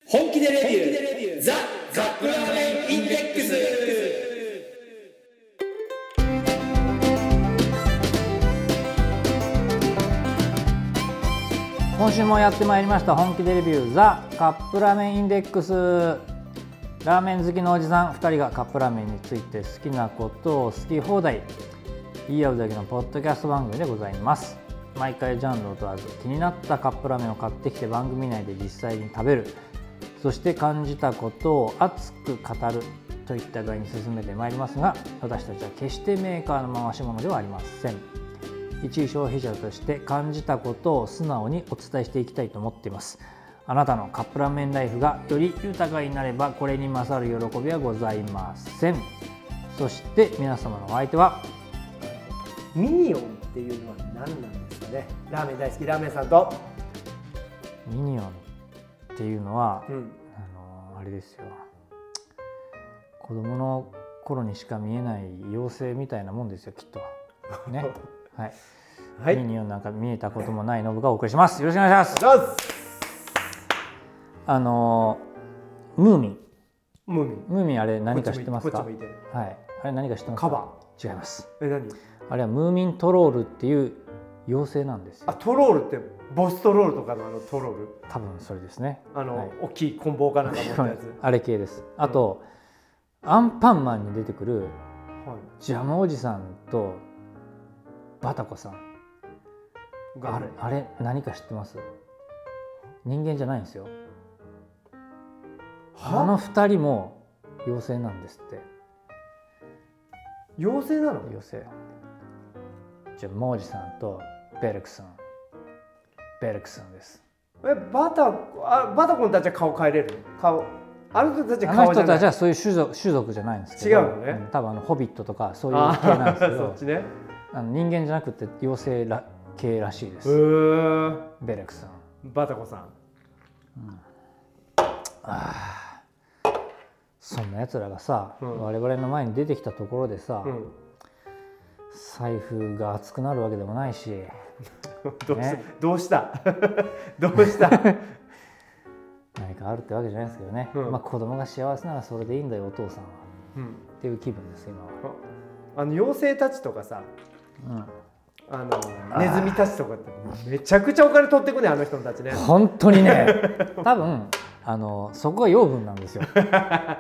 本気でレビューザ・カップラーメンインデックス。 今週もやってまいりました本気でレビューザ・カップラーメンインデックス。ラーメン好きのおじさん2人がカップラーメンについて好きなことを好き放題言い合うだけのポッドキャスト番組でございます。毎回ジャンルを問わず気になったカップラーメンを買ってきて番組内で実際に食べる、そして感じたことを熱く語るといった具合に進めてまいりますが、私たちは決してメーカーの回し物ではありません。一消費者として感じたことを素直にお伝えしていきたいと思っています。あなたのカップラーメンライフがより豊かになればこれに勝る喜びはございません。そして皆様のお相手はミニオンっていうのは何なんですかね。ラーメン大好きラーメンさんとミニオンっていうのは、あれですよ、子供の頃にしか見えない妖精みたいなもんですよ、きっとねはいはい、ミニオンなんか見えたこともないノブがお送りします。よろしくお願いします。ムーミンあれ何か知ってますか？はい、あれ何か知ってますか？ カバー違います。 何？ あれはムーミントロールっていう妖精なんですよ。 あ、トロールってボストロールとかのトロール？ 多分それですね。 はい、大きい棍棒かなんか持ったやつあれ系です。あと、アンパンマンに出てくる、ジャムおじさんとバタコさん、あれ何か知ってます？人間じゃないんですよ。あの2人も妖精なんですって。 妖精なの？ 妖精。ジャムおじさんとベルクさんです。 バタコンたちは顔変えれる？顔、あの人たちは顔じゃない。 あの人たちはそういう種族じゃないんですけど、 違うのね。 多分ホビットとかそういう系なんですけど、 そっちね。 人間じゃなくて妖精系らしいです。ベレクさん、 バタコさん、 そんなやつらがさ、我々の前に出てきたところでさ、財布が熱くなるわけでもないしどうした何かあるってわけじゃないですけどね、子供が幸せならそれでいいんだよお父さんは、っていう気分です今は。 妖精たちとかさ、ネズミたちとかってめちゃくちゃお金取ってくね、あの人たちね。 本当にね多分そこが養分なんですよ確か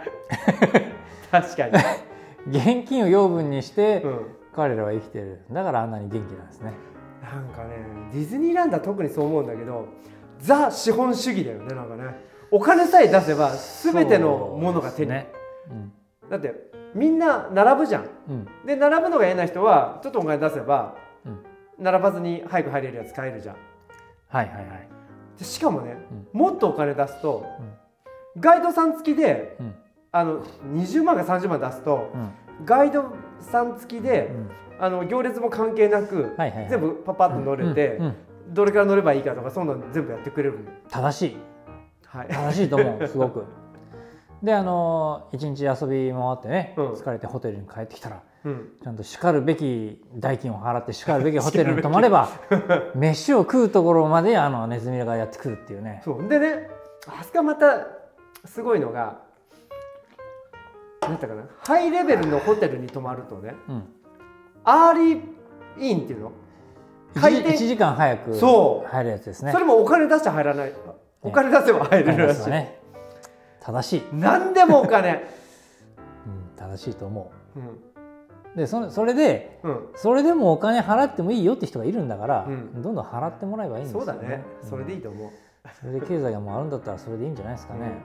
に現金を養分にして、彼らは生きてる。だからあんなに元気なんですね。 なんかね、ディズニーランドは特にそう思うんだけど、ザ資本主義だよね。なんかね、お金さえ出せば全てのものが手に、だってみんな並ぶじゃん、で並ぶのが嫌な人はちょっとお金出せば、並ばずに早く入れるやつ買えるじゃん。でしかもね、もっとお金出すと、ガイドさん付きで、20万か30万出すと、ガイドさん付きで、行列も関係なく、全部パパッと乗れて、どれから乗ればいいかとかそんなの全部やってくれる。 正しいと思うすごく。で一日遊び回ってね、疲れてホテルに帰ってきたら、ちゃんとしかるべき代金を払ってしかるべきホテルに泊まれば飯を食うところまでネズミがやってくるっていうね。 そうでね、あそこまたすごいのが何だかな、ハイレベルのホテルに泊まるとね、アーリーインっていうの、 1時間早く入るやつですね。 それもお金出して入らない、お金出せば入れるらしい、 正しい。 何でもお金正しいと思う。でそれでもお金払ってもいいよって人がいるんだから、どんどん払ってもらえばいいんですよね。 そうだね、それでいいと思う。 それで経済が回るんだったらそれでいいんじゃないですかね。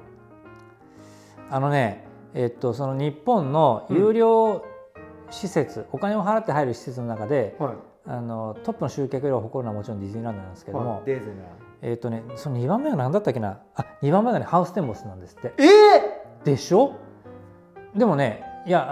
その日本の有料施設、お金を払って入る施設の中で、トップの集客量を誇るのはもちろんディズニーランドなんですけども、その2番目が何だったっけな、2番目がねハウステンボスなんですって。でしょ。でもね、いや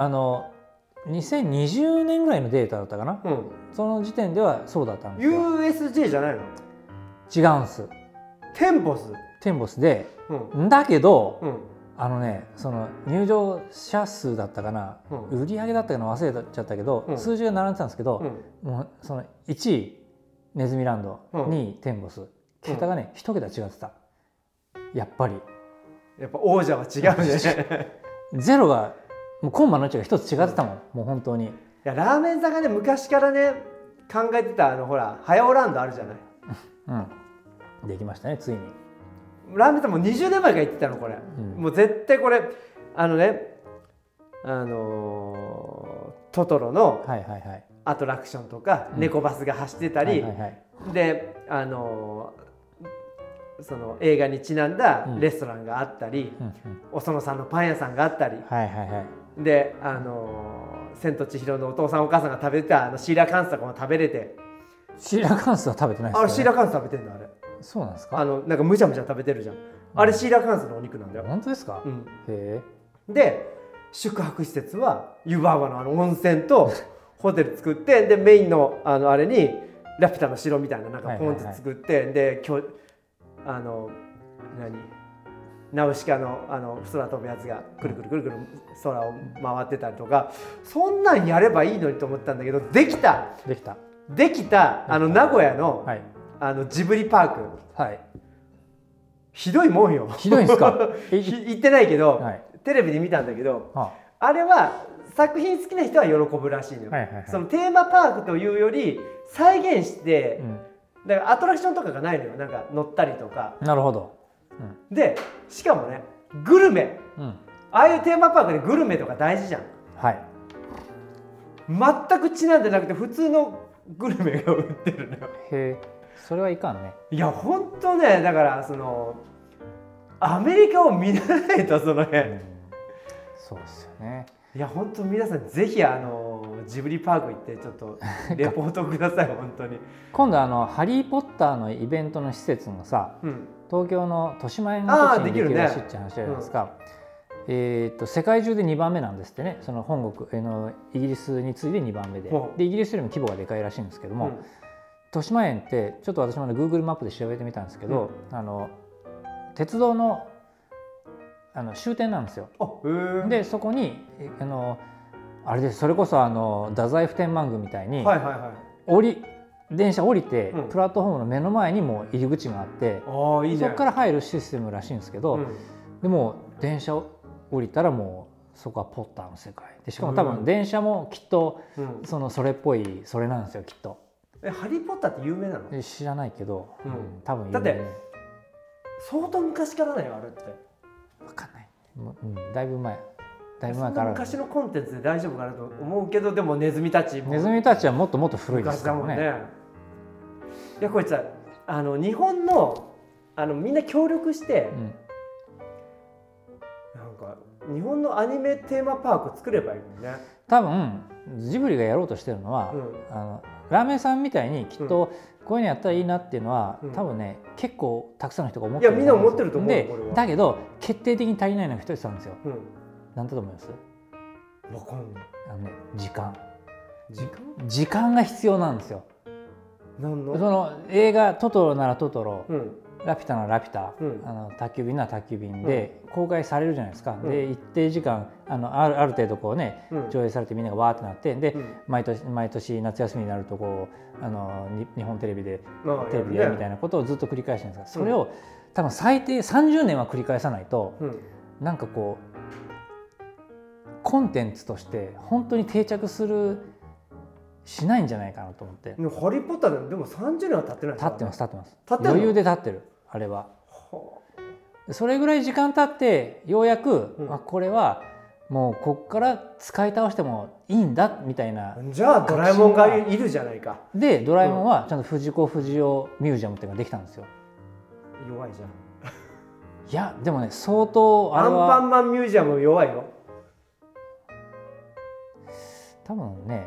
2020年ぐらいのデータだったかな、その時点ではそうだったんですよ。 USJ じゃないの？ 違うんす。 テンボスで、だけど、その入場者数だったかな、売り上げだったかな忘れちゃったけど、数字が並んでたんですけど、もうその1位ネズミランド、2位テンボス、桁がね1桁違ってた。やっぱりやっぱ王者は違うねゼロがもうコンマの位置が一つ違ってたもん、もう本当に。いやラーメン座がね昔からね考えてたほら早尾ランドあるじゃないうんできましたねついに。 ラーメン座もう20年前から言ってたのこれ、もう絶対これトトロのアトラクションとか、猫バスが走ってたり、でその映画にちなんだレストランがあったり、お園さんのパン屋さんがあったり、で千と千尋のお父さんお母さんが食べてたシーラカンスとかも食べれて。 シーラカンスは食べてないですか、ね、 シーラカンス食べてんだあれ。 そうなんですか。 なんかむちゃむちゃ食べてるじゃん、あれシーラカンスのお肉なんだよ。 本当ですか、へえ。で宿泊施設は湯婆婆の温泉とホテル作ってでメインのあれにラピュタの城みたいななんかポンって作って、でナウシカの空飛ぶやつがくるくるくるくる空を回ってたりとか、そんなんやればいいのにと思ったんだけど、できた名古屋の、ジブリパーク、ひどいもんよ。 ひどいんですか行ってないけど、テレビで見たんだけど、あれは作品好きな人は喜ぶらしいのよ。そのテーマパークというより再現して、だからアトラクションとかがないのよ、なんか乗ったりとか。 なるほど、 でしかもねグルメ、ああいうテーマパークでグルメとか大事じゃん。全くちなんでなくて普通のグルメが売ってるのよ。 へえ、それはいかんね。 いやほんとね、だからアメリカを見習わないとその辺、 そうですよね。 いや本当皆さんぜひジブリパーク行ってちょっとレポートください本当に。 今度ハリー・ポッターのイベントの施設がさ、東京の豊島園の土地にできるらしいって話じゃないですか。世界中で2番目なんですってね、その本国イギリスに次いで2番目で、イギリスよりも規模がでかいらしいんですけども、豊島園ってちょっと私もGoogle マップで調べてみたんですけど、鉄道の終点なんですよ。でそこにあれです、それこそ太宰府天満宮みたいに電車降りてプラットフォームの目の前にも入り口があって、そこから入るシステムらしいんですけど、でも電車降りたらもうそこはポッターの世界で、しかも多分電車もきっとそれっぽいそれなんですよきっと。 ハリー・ポッターって有名なの？ 知らないけど、多分有名。 だって相当昔からだよあれって。 分かんない、だいぶ前から。 昔のコンテンツで大丈夫かなと思うけど、でもネズミたちはもっともっと古いですからね。 いやこいつは日本のみんな協力して、なんか日本のアニメテーマパーク作ればいいのね。 多分ジブリがやろうとしてるのは、ラーメンさんみたいにきっとこういうのやったらいいなっていうのは、多分ね結構たくさんの人が思ってる。 いやみんな思ってると思う。 でだけど決定的に足りないのが一つあるんですよ。なんだと思います？ わかんない。 時間が必要なんですよ。その映画トトロならトトロ、ラピュタならラピュタ、宅急便なら宅急便で公開されるじゃないですか。で一定時間ある程度こうね上映されてみんながわーってなって、で毎年夏休みになるとこう日本テレビでやるみたいなことをずっと繰り返してるんですが、それを多分最低30年は繰り返さないと、なんかこうコンテンツとして本当に定着しないんじゃないかなと思って。 ハリー・ポッターでも30年は経ってないですか？経ってます。 余裕で経ってるあれは。それぐらい時間経ってようやく、これはもうこっから使い倒してもいいんだみたいな。 じゃあドラえもんがいるじゃないか。 でドラえもんはちゃんと藤子不二雄ミュージアムっていうのができたんですよ。 弱いじゃん。 いやでもね相当アンパンマンミュージアム弱いよ。 多分ね、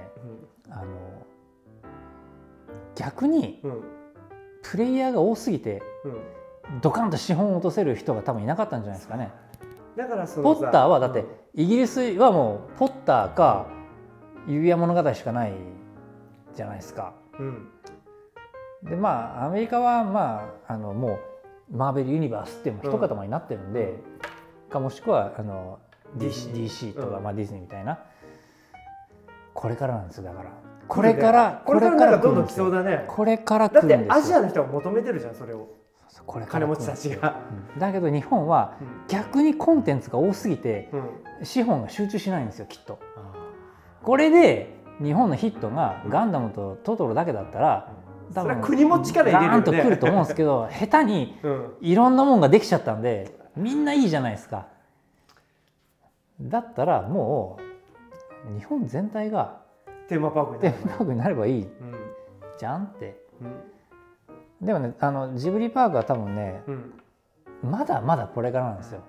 逆にプレイヤーが多すぎて、ドカンと資本を落とせる人が多分いなかったんじゃないですかね。だからポッターはだってイギリスはもうポッターか指輪物語しかないじゃないですか。でアメリカはもうマーベルユニバースっていう一塊になってるんで、もしくはDC とか、ディズニーみたいな。これからなんですよ。だからこれからなんかどんどん来そうだね。これから来るんですよ。 だってアジアの人は求めてるじゃんそれを。 これから金持ちたちが、 だけど日本は逆にコンテンツが多すぎて資本が集中しないんですよきっと。これで日本のヒットがガンダムとトトロだけだったら多分国も力入れるよね、 ガーンとくると思うんですけど下手にいろんなもんができちゃったんでみんないいじゃないですか。だったらもう日本全体がテーマパークになればいいじゃんって、でもねジブリパークは多分ね、まだまだこれからなんですよ。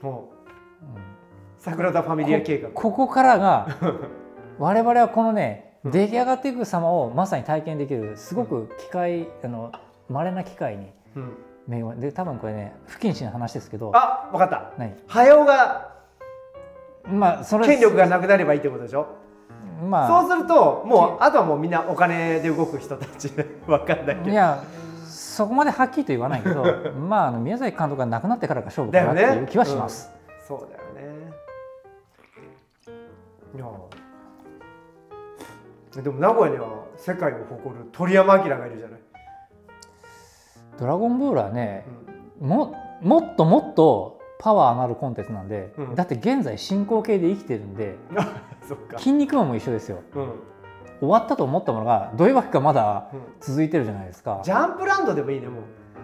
桜田ファミリア計画、 ここからが我々はこのね出来上がっていく様をまさに体験できるすごく稀な機会に恵まれで、多分これね不謹慎な話ですけど、 あ、分かった。 何？ 早尾がそれ権力がなくなればいいってことでしょ。そうするともうあとはもうみんなお金で動く人たちで分かんないけど、 いやそこまではっきりと言わないけど宮崎監督が亡くなってからが勝負かなっていう気はします。 そうだよね。いやでも名古屋には世界を誇る鳥山明がいるじゃない。 ドラゴンボールはね、もっともっとパワー上がるコンテンツなんで、だって現在進行形で生きてるんで筋肉マンも一緒ですよ、終わったと思ったものがどういうわけかまだ続いてるじゃないですか。 ジャンプランドでもいいね。もう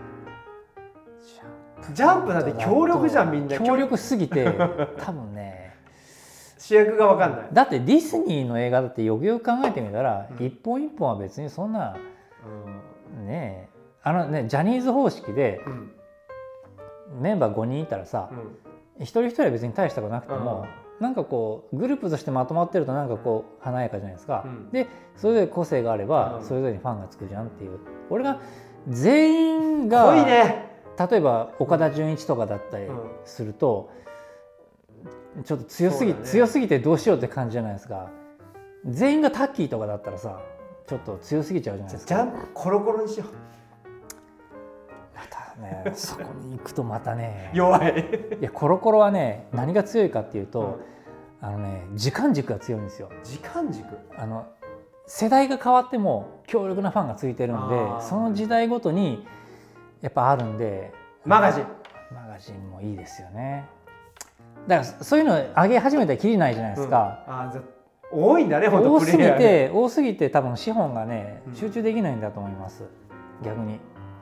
ジャンプなんて強力じゃん、みんな強力すぎて多分ね主役が分かんない。 だってディズニーの映画だってよくよく考えてみたら、一本一本は別にそんな、ねジャニーズ方式で、メンバー5人いたらさ、一人一人は別に大したことなくても、なんかこうグループとしてまとまってるとなんかこう華やかじゃないですか、でそれぞれ個性があれば、それぞれにファンがつくじゃんっていう。俺が全員が例えば岡田准一とかだったりすると、ちょっと強すぎてどうしようって感じじゃないですか。全員がタッキーとかだったらさちょっと強すぎちゃうじゃないですか。 じゃあコロコロにしよう。 またねそこに行くとまたね弱い。 いやコロコロはね何が強いかっていうと、時間軸が強いんですよ。 時間軸、 世代が変わっても強力なファンがついてるんで、その時代ごとにやっぱあるんで、 マガジンもいいですよね。だからそういうの上げ始めたらきりないじゃないですか、 多いんだね、本当プレイヤー多すぎて多分資本がね集中できないんだと思います、逆に。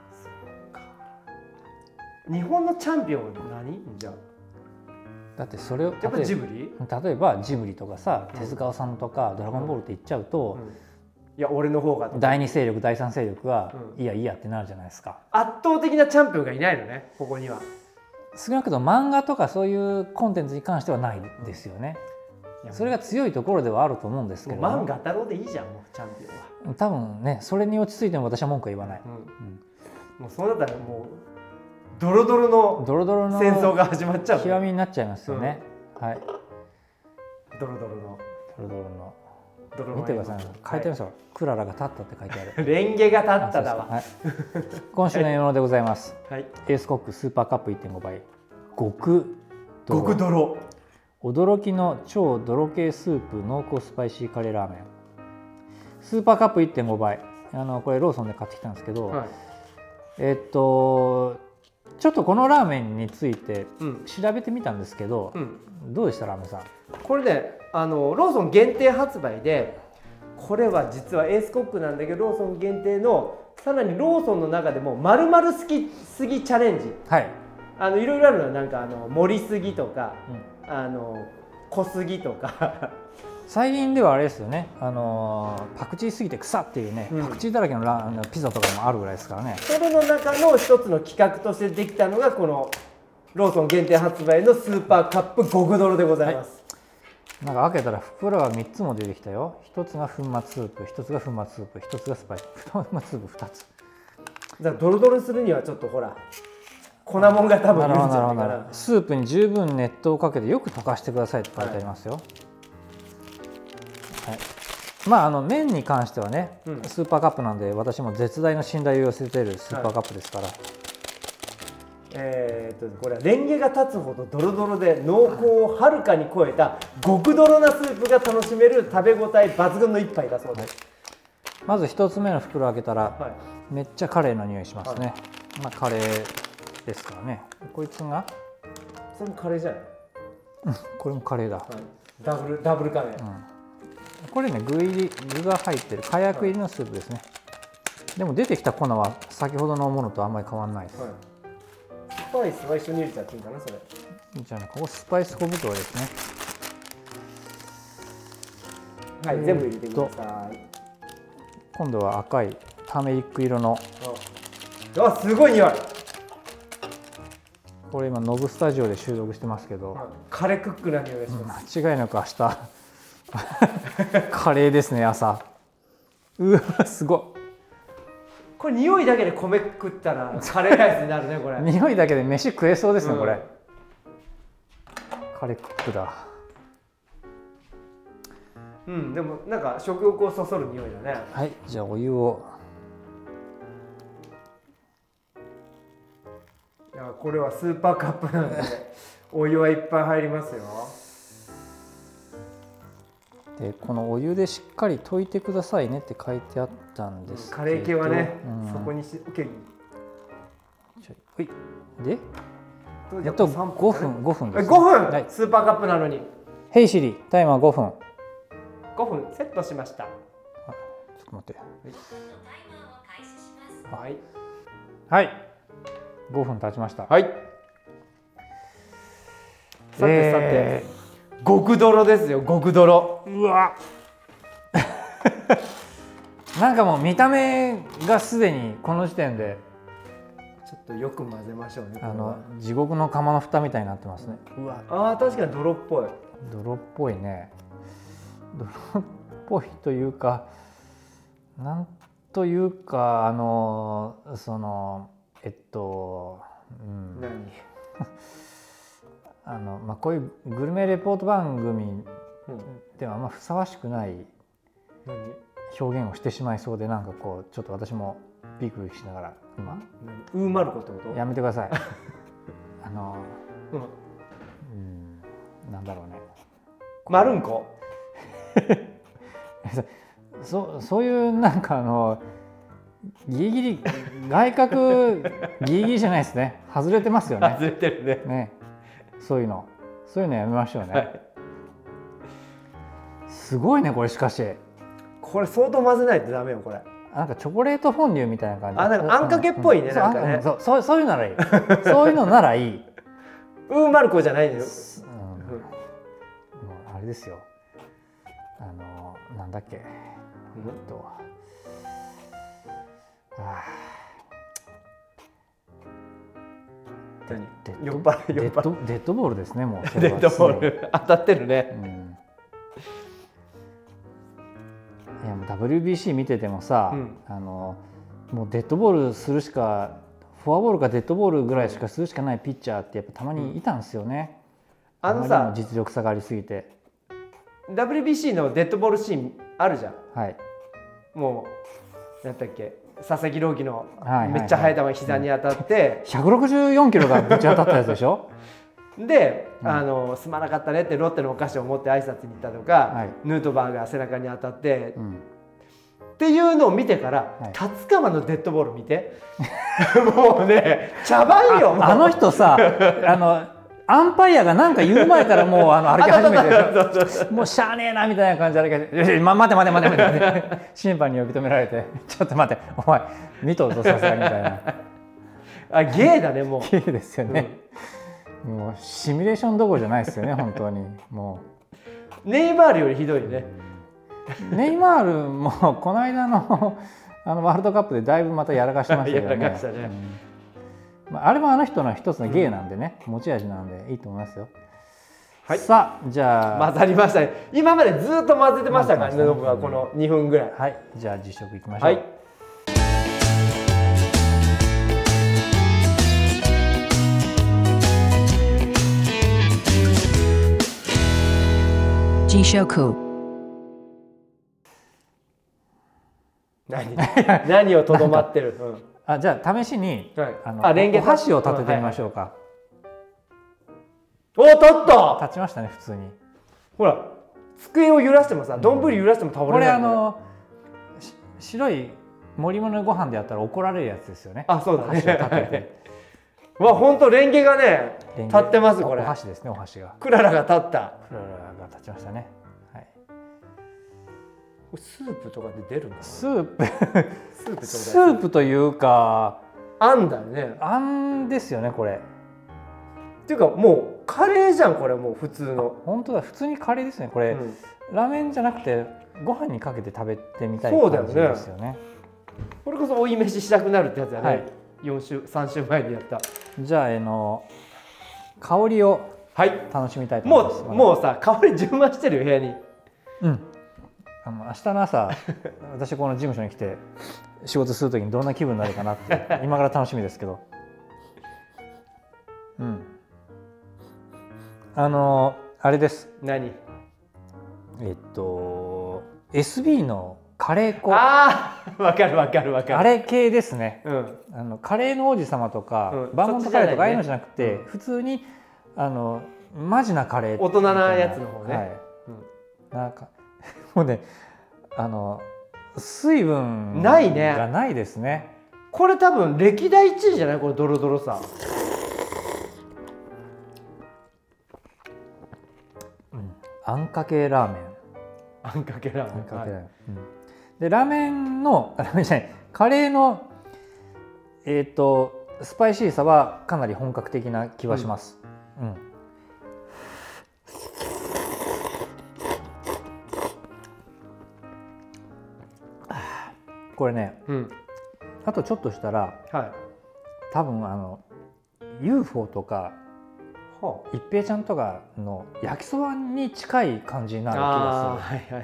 日本のチャンピオンは何じゃあ。 だってそれをやっぱジブリ？ 例えばジブリとかさ、手塚治虫とかドラゴンボールって言っちゃうと、 いや俺の方が第2勢力第3勢力が、いやいやってなるじゃないですか。 圧倒的なチャンピオンがいないのね、ここには。 少なくとも漫画とかそういうコンテンツに関してはないですよね。それが強いところではあると思うんですけど、 漫画太郎でいいじゃん、もうチャンピオンは。 多分ね、それに落ち着いても私は文句は言わない。 もうそうなったらもうドロドロの戦争が始まっちゃう。 極みになっちゃいますよね。はい。 ドロドロの。 見てください。書いてありますよ。クララが立ったって書いてある。 レンゲが立っただわ。 今週の獲物でございます。エースコックスーパーカップ 1.5 倍。極泥。驚きの超泥系スープ濃厚スパイシーカレーラーメン。スーパーカップ 1.5 倍。これローソンで買ってきたんですけど、ちょっとこのラーメンについて調べてみたんですけど、どうでしたラーメンさん。 これね、ローソン限定発売で、これは実はエースコックなんだけどローソン限定の、さらにローソンの中でも丸々好きすぎチャレンジ、いろいろあるのはなんか盛りすぎとか、濃すぎとか最近ではあれですよね、パクチーすぎて草っていうね、パクチーだらけのピザとかもあるぐらいですからね。 それの中の一つの企画としてできたのがこのローソン限定発売のスーパーカップ極泥でございます。 なんか開けたら袋が3つも出てきたよ。1つが粉末スープ、1つが粉末スープ、1つがスパイス、粉末スープ2つ。 だからドロドロするにはちょっとほら粉もんが多分いるんじゃないかな。 スープに十分熱湯をかけてよく溶かしてくださいと書いてありますよ。麺に関してはね、スーパーカップなんで私も絶大の信頼を寄せているスーパーカップですから。 これはレンゲが立つほどドロドロで濃厚をはるかに超えた極ドロなスープが楽しめる食べ応え抜群の一杯だそうです。 まず1つ目の袋を開けたら、めっちゃカレーの匂いしますね。 まあカレーですからね。こいつがそれもカレーじゃない？ これもカレーだ。 ダブルカレー。 これね具が入ってる火薬入りのスープですね。でも出てきた粉は先ほどのものとあんまり変わらないです。 スパイスは一緒に入れちゃっていいかなそれ。 じゃあねここスパイス小袋ですね。 はい、全部入れてください。 今度は赤いターメリック色の。 あ、すごい匂い。 これ今ノブスタジオで収録してますけど、 カレークックな匂いがします。 間違いなく明日カレーですね朝。うわすごい。 これ匂いだけで米食ったらカレーライスになるねこれ。 匂いだけで飯食えそうですね、これ。カレークックだ。 でもなんか食欲をそそる匂いだね。 はい、じゃあお湯を。 いやこれはスーパーカップなんでお湯はいっぱい入りますよ。 でこのお湯でしっかり溶いてくださいねって書いてあったんですけど、 カレー系はね、そこにおけぎで 5 5分です、 5分、 はい、 スーパーカップなのに。 ヘイシリタイマー5分。 5分セットしました。 ちょっと待って。 はいはい、5分経ちました。 はい。さて、極泥ですよ、極泥。 うわなんかもう見た目がすでにこの時点でちょっとよく混ぜましょうね。 地獄の釜の蓋みたいになってますね。うわ、 確かに泥っぽい。 泥っぽいね。泥っぽいというか、なんというかこういうグルメレポート番組ではあんまふさわしくない表現をしてしまいそうで、なんかこうちょっと私もビクビクしながら今ウーマルコってこと？ やめてください。なんだろうね。 マルンコ？ そういうなんかギリギリ外角ギリギリじゃないですね。外れてますよね。 外れてるね。 ね、そういうのやめましょうね。はい、すごいねこれ。しかしこれ相当混ぜないとダメよこれ。 なんかチョコレートフォンデュみたいな感じ。 なんかあんかけっぽいね。なんかね。 そういうのならいい。そういうのならいい。 ウーマルコじゃないのよ。 あれですよ。なんだっけ。 酔っ払いデッドボールですね。もうデッドボール当たってるね。 いやもう WBC 見ててもさ、もうデッドボールするしか、フォアボールかデッドボールぐらいしかするしかないピッチャーってやっぱたまにいたんですよね。あまりの実力差がありすぎて。 WBC のデッドボールシーンあるじゃん。 はい。 もうなんだっけ、佐々木朗希のめっちゃ速い球が膝に当たって 164キロがぶち当たったやつでしょ。 で、すまなかったねってロッテのお菓子を持って挨拶に行ったとか、ヌートバーが背中に当たって、っていうのを見てから、達川のデッドボール見てもうね茶番よ。 あの人さアンパイアが何か言う前からもう歩き始めてるでしょ。もうしゃあねえなみたいな感じで歩き始めて、待て審判に呼び止められて、ちょっと待ってお前見とるぞさすがにみたいな。 ゲーだね。もうゲーですよね。もうシミュレーションどころじゃないですよね本当に。もうネイマールよりひどいね。 ネイマールもこの間のワールドカップでだいぶまたやらかしてましたよね。あれもあの人の一つの芸なんでね、持ち味なんでいいと思いますよ。はい、さあじゃあ混ざりましたね。今までずっと混ぜてましたからね、僕はこの2分ぐらい。 はい、じゃあ実食いきましょう。はい、 Jishoku。 何をとどまってる。 じゃあ試しにレンゲお箸を立ててみましょうか。 お、立った。 立ちましたね普通に。 ほら机を揺らしてもさ、丼揺らしても倒れない。 これ白い盛り物ご飯でやったら怒られるやつですよね。 あ、そうだね。 箸を立ててわ、本当レンゲがね立ってます。これお箸ですね。お箸がクララが立った。 クララが立ちましたね。はい、 スープとかで出るんだ。 スープスープというかあんだよね。 あんですよねこれ。 っていうかもうカレーじゃんこれ。もう普通の。 本当だ、普通にカレーですねこれ、ラーメンじゃなくてご飯にかけて食べてみたい感じですよね。 これこそ追い飯したくなるってやつだね。はい、3週前にやった。 じゃあ、香りを楽しみたいと思います。 もうさ、香り充満してるよ部屋に。 明日の朝私この事務所に来て仕事する時にどんな気分になるかなって今から楽しみですけど、あれです。 何 SB のカレー粉。 ああ、わかる。 あれ系ですね。カレーの王子様とか、バーモントカレーとかああいうのじゃなくて、普通にマジなカレー、 大人なやつの方ね。 なんかもうね、水分がないね。 ないですね。 これ多分歴代1位じゃない？これドロドロさ。 あんかけラーメン。 あんかけラーメン。 でラーメンじゃない、カレーのスパイシーさはかなり本格的な気はします。これね、あとちょっとしたら、多分UFO とか一平ちゃんとかの焼きそばに近い感じになる気がする。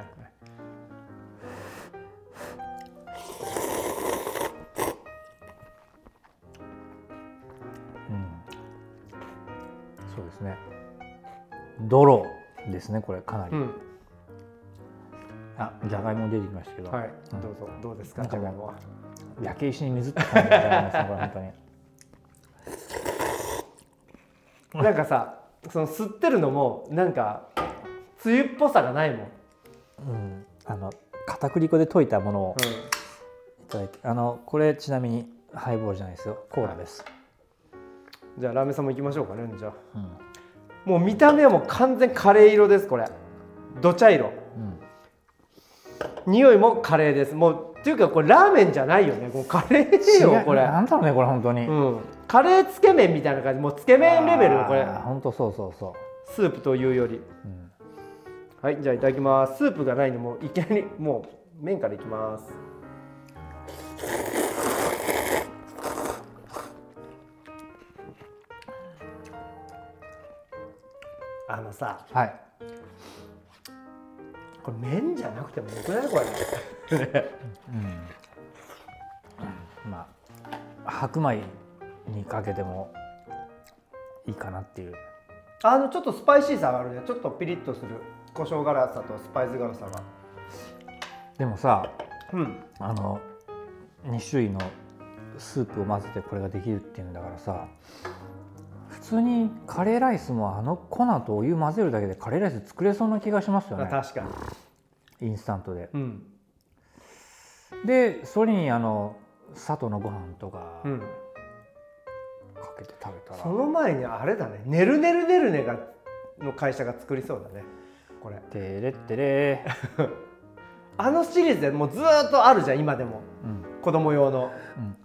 そうですね。ドローですねこれかなり。じゃがいも出てきましたけど。 どうぞ。どうですかじゃがいもは。 焼け石に水って感じじゃないですかこれ本当に。 なんかさ、その吸ってるのもなんかつゆっぽさがないもん。 片栗粉で溶いたものをいただいて、これちなみにハイボールじゃないですよ、コーラです。 じゃあラーメンさんも行きましょうかね。じゃあ、もう見た目はもう完全カレー色です。これど茶色、匂いもカレーです。もうっていうかこれラーメンじゃないよね。もうカレーよこれ。 なんだろうねこれ本当に。 カレーつけ麺みたいな感じ。もうつけ麺レベルよこれ。 本当そう。 スープというより。はい、じゃあいただきます。スープがないのもいきなりもう麺からいきます。これ麺じゃなくてもよくないこれ。 まあ白米にかけてもいいかなっていう。 ちょっとスパイシーさがあるね。ちょっとピリッとする胡椒辛さとスパイス辛さが。 でもさ、2種類のスープを混ぜてこれができるっていうんだからさ、普通にカレーライスも粉とお湯混ぜるだけでカレーライス作れそうな気がしますよね。 確かに。 インスタントで。でそれに砂糖のご飯とかかけて食べたら、 その前にあれだね、ねるねるねるねがの会社が作りそうだねこれ。 てれってれシリーズでもうずっとあるじゃん今でも、子供用の、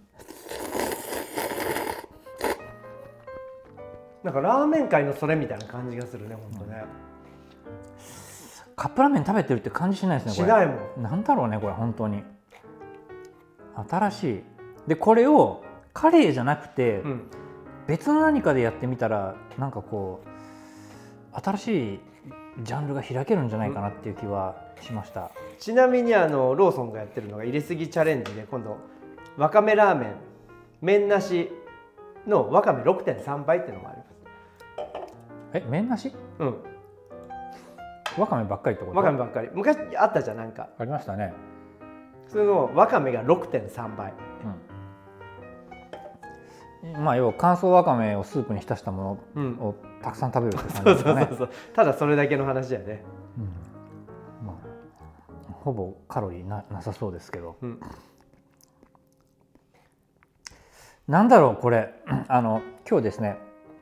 なんかラーメン界のそれみたいな感じがするね本当ね。 カップラーメン食べてるって感じしないですねこれ。 しないもん。 なんだろうねこれ本当に新しい。でこれをカレーじゃなくて、別の何かでやってみたらなんかこう新しいジャンルが開けるんじゃないかなっていう気はしました。 ちなみにローソンがやってるのが入れすぎチャレンジで、今度わかめラーメン麺なしのわかめ 6.3 倍っていうのもあります。 麺なし？わかめばっかりってこと？ わかめばっかり。昔あったじゃん、なんかありましたね。 そのわかめが 6.3 倍、 まあ要は乾燥わかめをスープに浸したものをたくさん食べるって感じですかね。 ただそれだけの話やね。 まあほぼカロリーなさそうですけど、 なんだろうこれ今日ですね、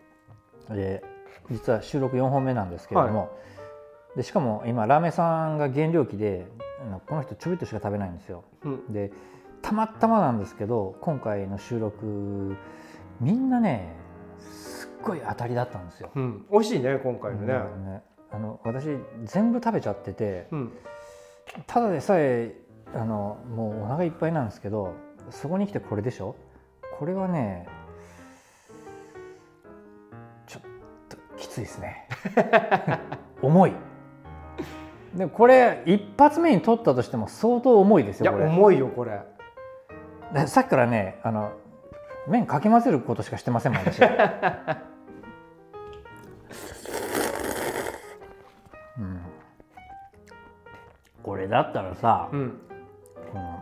実は収録4本目なんですけれども、はい、でしかも今ラーメンさんが減量期でこの人ちょびっとしか食べないんですよ、でたまたまなんですけど今回の収録みんなねすっごい当たりだったんですよ、 美味しいね今回のね、 私全部食べちゃってて、ただでさえもうお腹いっぱいなんですけどそこに来てこれでしょ。これはねちょっときついですね重いでこれ一発目に取ったとしても相当重いですよ。これいや重いよこれ。 さっきからね麺かき混ぜることしかしてませんもん私これだったらさ、この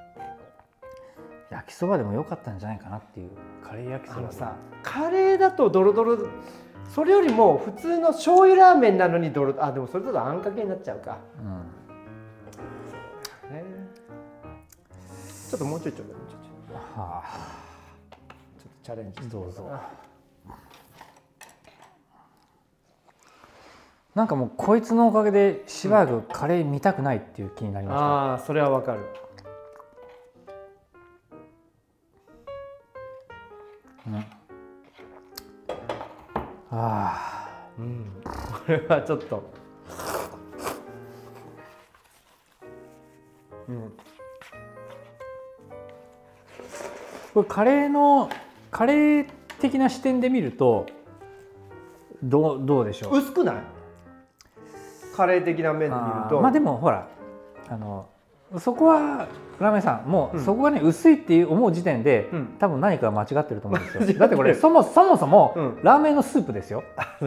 焼きそばでもよかったんじゃないかなっていう。カレー焼きそばさ、カレーだとドロドロ、それよりも普通の醤油ラーメンなのにドロ、でもそれだとあんかけになっちゃうか、ちょっともうちょいちょっとチャレンジどうぞ。 なんかもうこいつのおかげでしばらくカレー見たくないっていう気になりました。 それはわかる。これはちょっと、 これカレー的な視点で見るとどうでしょう。 薄くない？カレー的な面で見ると。 まあでもほらそこはラーメンさんもうそこがね、薄いって思う時点で、多分何か間違ってると思うんですよだってこれそもそも、ラーメンのスープですよ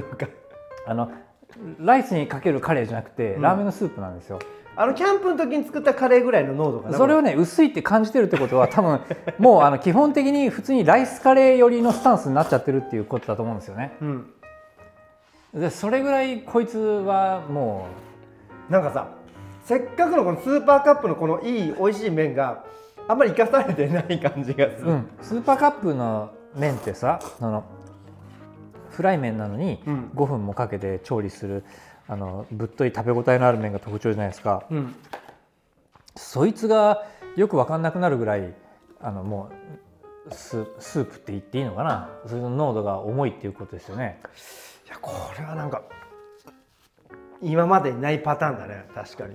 ライスにかけるカレーじゃなくて、ラーメンのスープなんですよ。 キャンプの時に作ったカレーぐらいの濃度かな。 それをね薄いって感じてるってことは多分もう基本的に普通にライスカレー寄りのスタンスになっちゃってるっていうことだと思うんですよね、でそれぐらいこいつはもうなんかさ、せっかくのこのスーパーカップのこのいい美味しい麺があんまり生かされてない感じがする、 スーパーカップの麺ってさフライ麺なのに5分もかけて調理するぶっとい食べ応えのある麺が特徴じゃないですか、そいつがよく分かんなくなるぐらいもうスープって言っていいのかな、それの濃度が重いっていうことですよね。 いやこれはなんか今までにないパターンだね。確かに、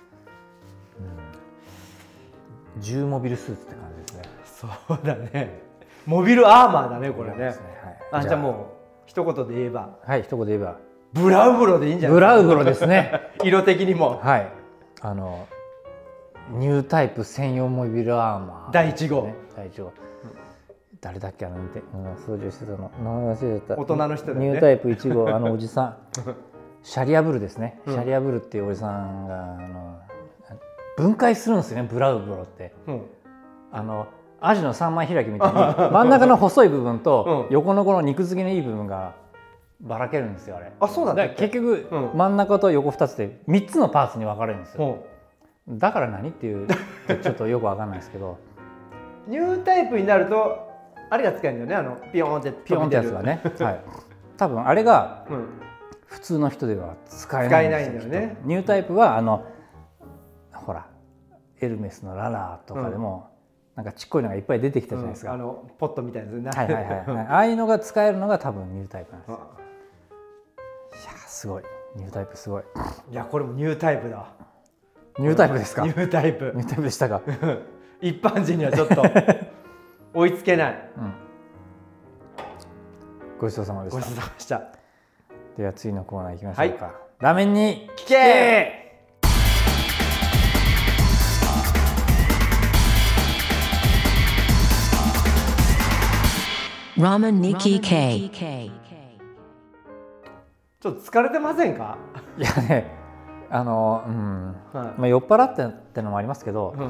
重モビルスーツって感じですね。 そうだね、モビルアーマーだねこれね。じゃあもう一言で言えば、 一言で言えばブラウブロでいいんじゃないですか。 ブラウブロですね色的にもニュータイプ専用モビルアーマー、 第1号、 第1号、誰だっけ操縦してたの名前忘れちゃった。 大人の人だよね。 ニュータイプ1号おじさんシャリアブルですね、シャリアブルっていうおじさんが分解するんですよね、ブラウブロって、アジの三枚開きみたいに真ん中の細い部分と横のこの肉付きのいい部分がばらけるんですよあれ。 そうなんだ。 結局、真ん中と横2つで3つのパーツに分かれるんですよ、だから何っていうちょっとよく分かんないですけどニュータイプになるとあれが使えるんだよね、ピヨーンってピヨーンってやつがね、多分あれが普通の人では使えないんですよね。ニュータイプはほらエルメスのララーとかでも、なんかちっこいのがいっぱい出てきたじゃないですか、 ポットみたいなやつああいうのが使えるのが多分ニュータイプなんですよ。いやすごい、ニュータイプすごい。 いやこれもニュータイプだ。 ニュータイプですか。 ニュータイプでしたか一般人にはちょっと追いつけない、 ごちそうさまでした。 ごちそうさまでした。 では次のコーナー行きましょうか、ラーメンに聞け。 ラーメンに聞け。 ちょっと疲れてませんか。 いやね酔っ払ってってのもありますけど、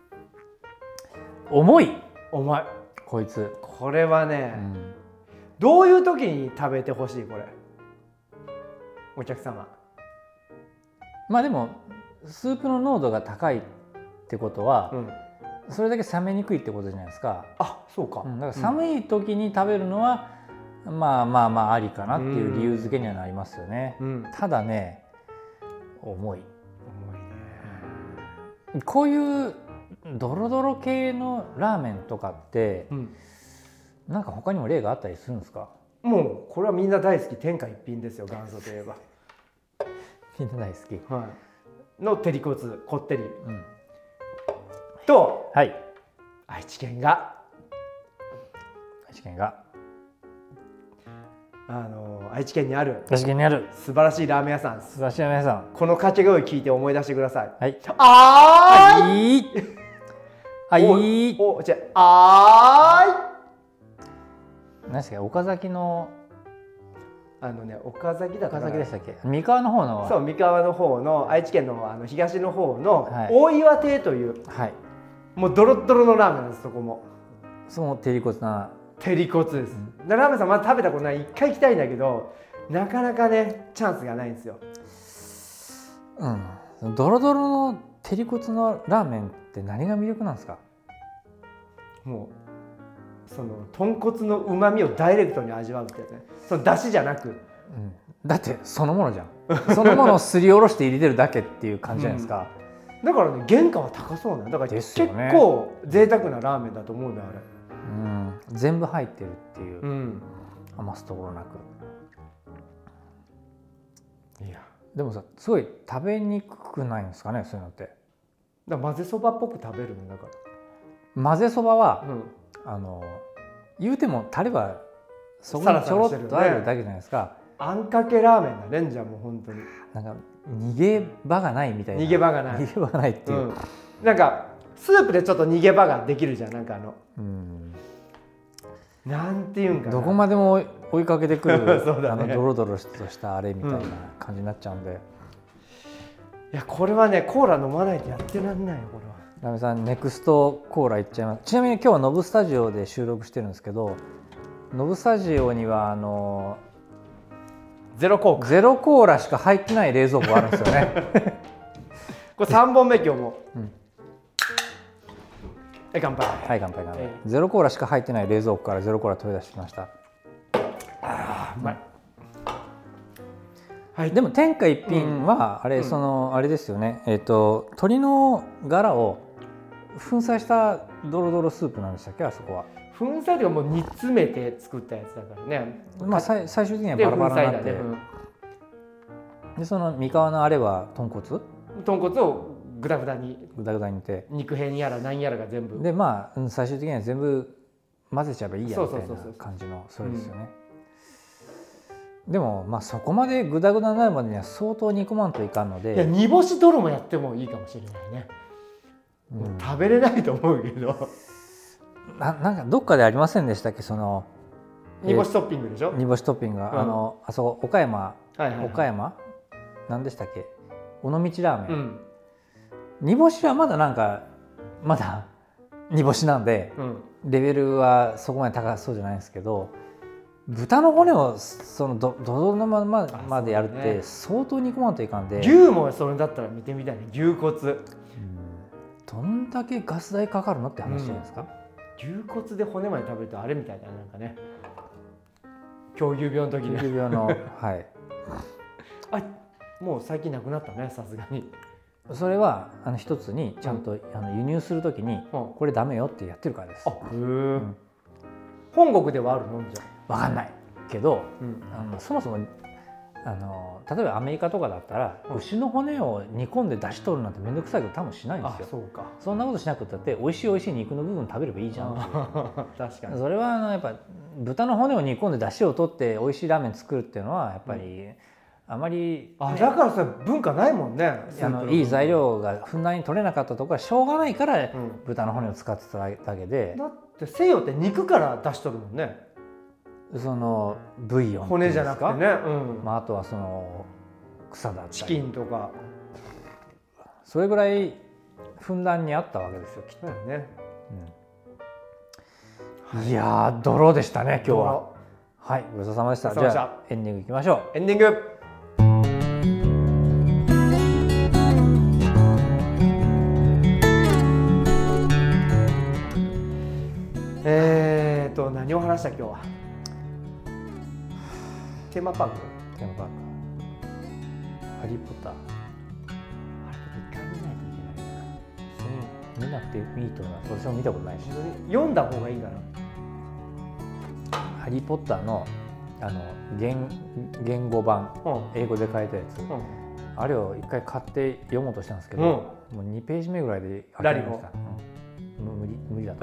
重いこいつ。 これはね、どういう時に食べてほしいこれお客様。 まあでもスープの濃度が高いってことは、 それだけ冷めにくいってことじゃないですか。 あ、そうか、 だから寒い時に食べるのは、まあありかなっていう理由付けにはなりますよね。ただね、重いね。こういうドロドロ系のラーメンとかって、なんか他にも例があったりするんですか？ もうこれはみんな大好き、天下一品ですよ、元祖といえば。 みんな大好き、 はい、の照り骨こってり、と、 はい、 愛知県が愛知県にある素晴らしいラーメン屋さんです。 素晴らしいラーメン屋さん。 この掛け声聞いて思い出してください。 はい。 じゃあ何ですか、岡崎の岡崎だったかな。 岡崎でしたっけ？三河の方の。 そう、三河の方の愛知県の東の方の大岩亭という、もうドロッドロのラーメンなんです。そこもその照り骨な照り骨です。ラーメンさんまだ食べたことない。一回行きたいんだけど、なかなかねチャンスがないんですよ。 ドロドロの照り骨のラーメンって何が魅力なんですか？ もうその豚骨の旨味をダイレクトに味わうってやつね。その出汁じゃなく、 だってそのものじゃん。そのものをすりおろして入れてるだけっていう感じじゃないですか。 だからね、原価は高そうなんだから結構贅沢なラーメンだと思うんだよあれ。 全部入ってるっていう、余すところなく。いやでもさ、すごい食べにくくないんですかね、そういうのって。 だから混ぜそばっぽく食べるんだから。 混ぜそばは、言うてもタレはそこにちょろっとあるだけじゃないですか。 あんかけラーメンだね、じゃあもう本当に。 なんか逃げ場がないみたいな。 逃げ場がないっていう、 なんかスープでちょっと逃げ場ができるじゃん。なんかなんていうんかな、 どこまでも追いかけてくるドロドロとしたあれみたいな感じになっちゃうんで、 いやこれはね、コーラ飲まないとやってらんないよこれは。 ラメさん、ネクストコーラいっちゃいます。ちなみに今日はノブスタジオで収録してるんですけど、ノブスタジオにはゼロコーラしか入ってない冷蔵庫があるんですよね。 これ3本目今日も。乾杯。 はい、乾杯。ゼロコーラしか入ってない冷蔵庫からゼロコーラ取り出してきました。 うまい。 でも天下一品はあれ、あれですよね。鶏のガラを粉砕したドロドロスープなんでしたっけ、あそこは。 粉砕でもう煮詰めて作ったやつだからね。 最終的にはバラバラになって、でその三河のあれは豚骨をグダグダに煮て、肉片やら何やらが全部で、最終的には全部混ぜちゃえばいいやみたいな感じの、それですよね。でもそこまでグダグダになるまでには相当煮込まんといかんので、 いや煮干し泥もやってもいいかもしれないね。食べれないと思うけど、 なんかどっかでありませんでしたっけ、その煮干しトッピングでしょ。 煮干しトッピングが、あそこ岡山何でしたっけ、尾道ラーメン、煮干しはまだ煮干しなんで、レベルはそこまで高そうじゃないんですけど、豚の骨をそのドロのままでやるって相当煮込まんといかんで、 牛もそれだったら見てみたいね。牛骨、 どんだけガス代かかるのって話じゃないですか。 牛骨で骨まで食べるとあれみたいだね、なんかね。狂牛病の時に。 狂牛病のはいもう最近なくなったね、さすがに。 それは一つにちゃんと輸入するときにこれダメよってやってるからです。 本国ではあるの？じゃ分かんないけど、そもそも例えばアメリカとかだったら、牛の骨を煮込んで出し取るなんて面倒くさいこと多分しないんですよ。 そうか。 そんなことしなくったって美味しい肉の部分食べればいいじゃん。 確かに。 それはやっぱ豚の骨を煮込んで出汁を取って美味しいラーメン作るっていうのはやっぱり、あまり、 だからそれ文化ないもんね。 いい材料がふんだんに取れなかったところはしょうがないから、豚の骨を使ってただけで。 だって西洋って肉から出し取るもんね。 そのブイヨン骨じゃなくてね、 あとはその草だったりチキンとか、 それぐらいふんだんにあったわけですよ、きっとね。いやー、泥でしたね今日は。はい、ごちそうさまでした。じゃあエンディングいきましょう。 エンディング。 何を話した今日は。テーマパーク。 テーマパーク。ハリーポッター。 一回見ないといけないな。 見なくていいと思います。私も見たことないし。 読んだ方がいいかな。 ハリーポッターの言語版、英語で書いたやつ、あれを一回買って読もうとしたんですけど、もう2ページ目ぐらいで諦めました。無理だと。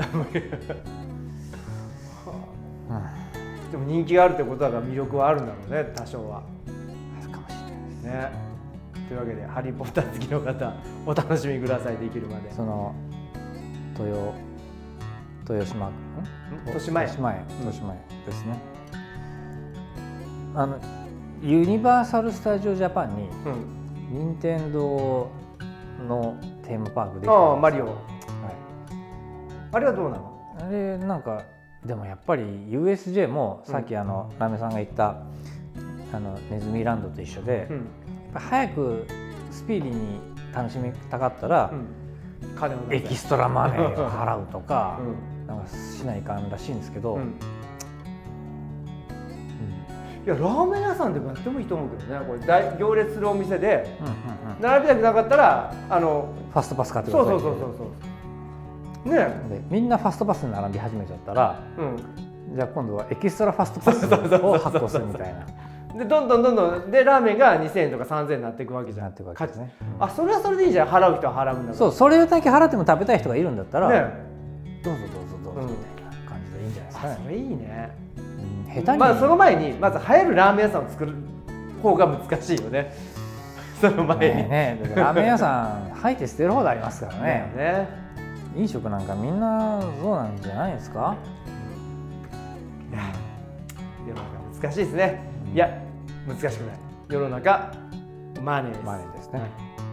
でも人気があるってことだから魅力はあるんだろうね、多少は。 あるかもしれないですね。というわけでハリーポッター好きの方お楽しみください。できるまで。 その豊島ですね。ユニバーサル・スタジオ・ジャパンに任天堂のテーマパークできたんですよ。 マリオ。 はい、 あれはどうなの？ あれなんかでもやっぱり USJ もさっきラーメンさんが言ったネズミランドと一緒で、やっぱ早くスピーディーに楽しみたかったら、エキストラマネーを払うとか、なんかしないかんらしいんですけど、 いやラーメン屋さんでもやってもいいと思うけどね。これ行列するお店で並びたくなかったらファストパス買ってください。 そうね。 でみんなファストパスに並び始めちゃったら、じゃあ今度はエキストラファストパスを発行するみたいな。 でどんどんでラーメンが2000円とか3000円になっていくわけじゃん。 ですね。 それはそれでいいじゃん。払う人は払うんだから。 そう、それだけ払っても食べたい人がいるんだったら、 ね、 どうぞみたいな感じでいいんじゃないですかね。 それいいね。 下手にその前にまず流行るラーメン屋さんを作る方が難しいよね。その前にね、ラーメン屋さん吐いて捨てる方でありますからね。飲食なんかみんなそうなんじゃないですか。 世の中難しいですね。いや難しくない。世の中マネーですね。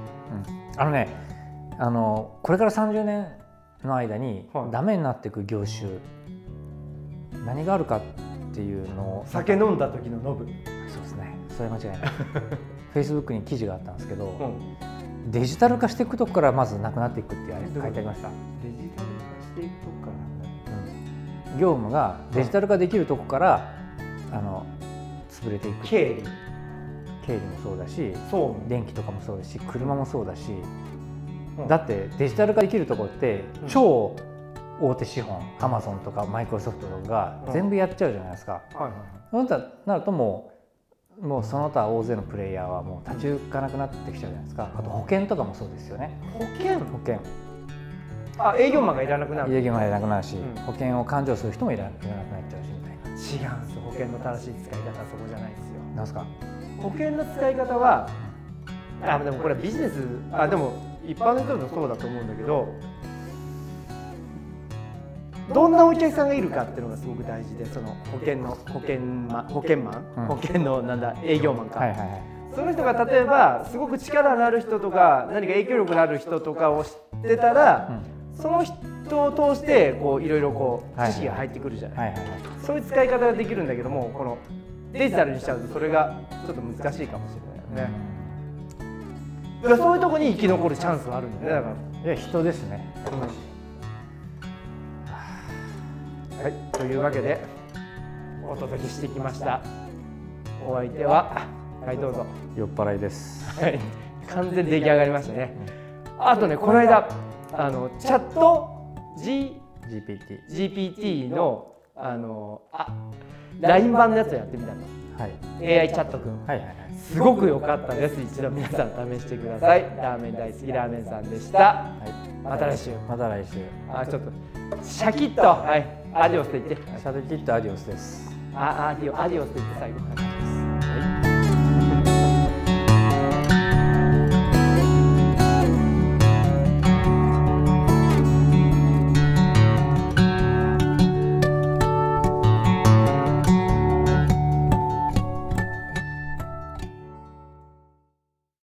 これから30年の間にダメになっていく業種、何があるかっていうのを。 酒飲んだ時のノブ。 そうですね。それ間違いない。Facebook に記事があったんですけど、デジタル化していくとこからまずなくなっていくって書いてありました。 デジタル化していくとこから業務がデジタル化できるとこから潰れていく。経理もそうだし、電気とかもそうだし、車もそうだし、だってデジタル化できるとこって超大手資本、アマゾンとかマイクロソフトとかが全部やっちゃうじゃないですか。そうなるともうその他大勢のプレイヤーはもう立ち行かなくなってきちゃうじゃないですか。あと保険とかもそうですよね。 保険営業マンがいらなくなる。 営業マンがいらなくなるし、保険を勘定する人もいらなくなっちゃうしみたいな。 違うんですよ。保険の正しい使い方はそこじゃないですよ。 なんですか。 保険の使い方はでもこれはビジネスでも一般の人もそうだと思うんだけど、どんなお客さんがいるかっていうのがすごく大事で、その保険の営業マンか、その人が例えばすごく力のある人とか何か影響力のある人とかを知ってたら、その人を通していろいろ知識が入ってくるじゃない。そういう使い方ができるんだけども、このデジタルにしちゃうとそれがちょっと難しいかもしれないよね。そういうところに生き残るチャンスはあるんだよね。だからいや人ですね。 はい、というわけでお届けしてきました。お相手はどうぞ。 酔っ払いです。 完全出来上がりましたね。あとね、この間チャット GPT のLINE 版のやつをやってみたの。AI チャットくん。すごく良かったです。一度皆さん試してください。ラーメン大好きラーメンさんでした。また来週。ちょっとシャキッと、アディオスって言って。 シャキッとアディオスです。 アディオスって言って最後。